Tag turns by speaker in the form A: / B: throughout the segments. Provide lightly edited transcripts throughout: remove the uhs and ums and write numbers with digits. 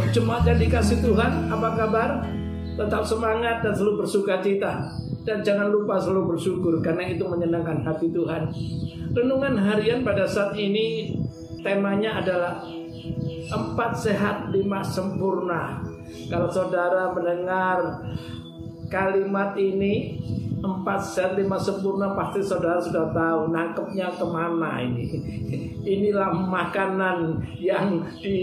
A: Jemaat yang dikasih Tuhan, apa kabar? Tetap semangat dan selalu bersuka cita. Dan jangan lupa selalu bersyukur, karena itu menyenangkan hati Tuhan. Renungan harian pada saat ini temanya adalah 4 sehat 5 sempurna. Kalau saudara mendengar kalimat ini 4 sehat 5 sempurna, pasti saudara sudah tahu nangkepnya kemana ini. Inilah makanan yang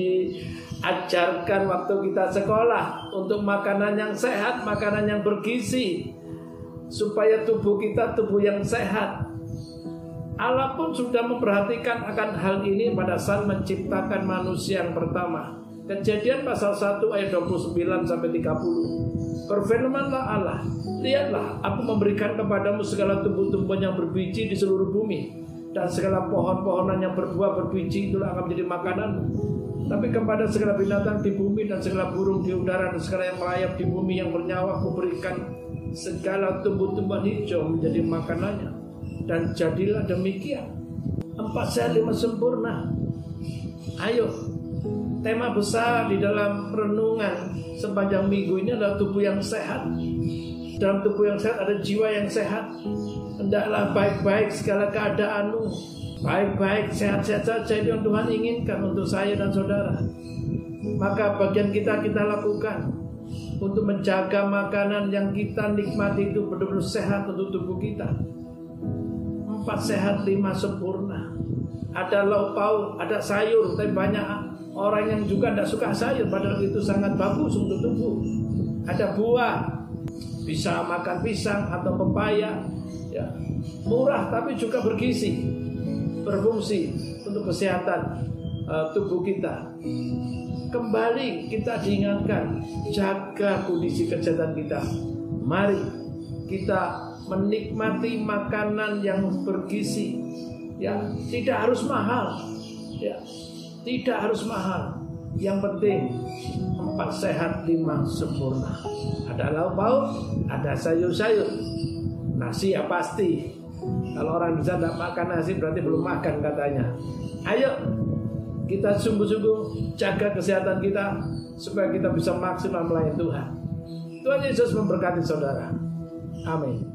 A: diajarkan waktu kita sekolah, untuk makanan yang sehat, makanan yang bergizi, supaya tubuh kita tubuh yang sehat. Allah pun sudah memperhatikan akan hal ini pada saat menciptakan manusia yang pertama. Kejadian pasal 1 ayat 29 sampai 30. Berfirmanlah Allah, lihatlah, aku memberikan kepadamu segala tumbuh-tumbuhan yang berbiji di seluruh bumi, dan segala pohon-pohonan yang berbuah berbiji itulah akan menjadi makananmu. Tapi kepada segala binatang di bumi dan segala burung di udara dan segala yang merayap di bumi yang bernyawa, aku berikan segala tumbuh-tumbuhan hijau menjadi makanannya. Dan jadilah demikian. 4 sehat 5 sempurna. Ayo, tema besar di dalam renungan sepanjang minggu ini adalah tubuh yang sehat. Dalam tubuh yang sehat ada jiwa yang sehat. Hendaklah baik-baik segala keadaanmu, baik-baik, sehat-sehat saja. Itu yang Tuhan inginkan untuk saya dan saudara. Maka bagian kita lakukan untuk menjaga makanan yang kita nikmati itu benar-benar sehat untuk tubuh kita. 4 sehat 5 sempurna. Ada lauk pauk, ada sayur, tapi banyak orang yang juga tidak suka sayur, padahal itu sangat bagus untuk tubuh. Ada buah, bisa makan pisang atau pepaya, ya, murah tapi juga bergizi, berfungsi untuk kesehatan tubuh kita. Kembali kita diingatkan, jaga kondisi kesehatan kita. Mari kita menikmati makanan yang bergizi, ya, tidak harus mahal, ya, tidak harus mahal. Yang penting 4 sehat 5 sempurna. Ada lauk pauk, ada sayur-sayur, nasi ya pasti. Kalau orang bisa tidak makan nasi berarti belum makan katanya. Ayo kita sungguh-sungguh jaga kesehatan kita supaya kita bisa maksimal melayani Tuhan. Tuhan Yesus memberkati saudara. Amin.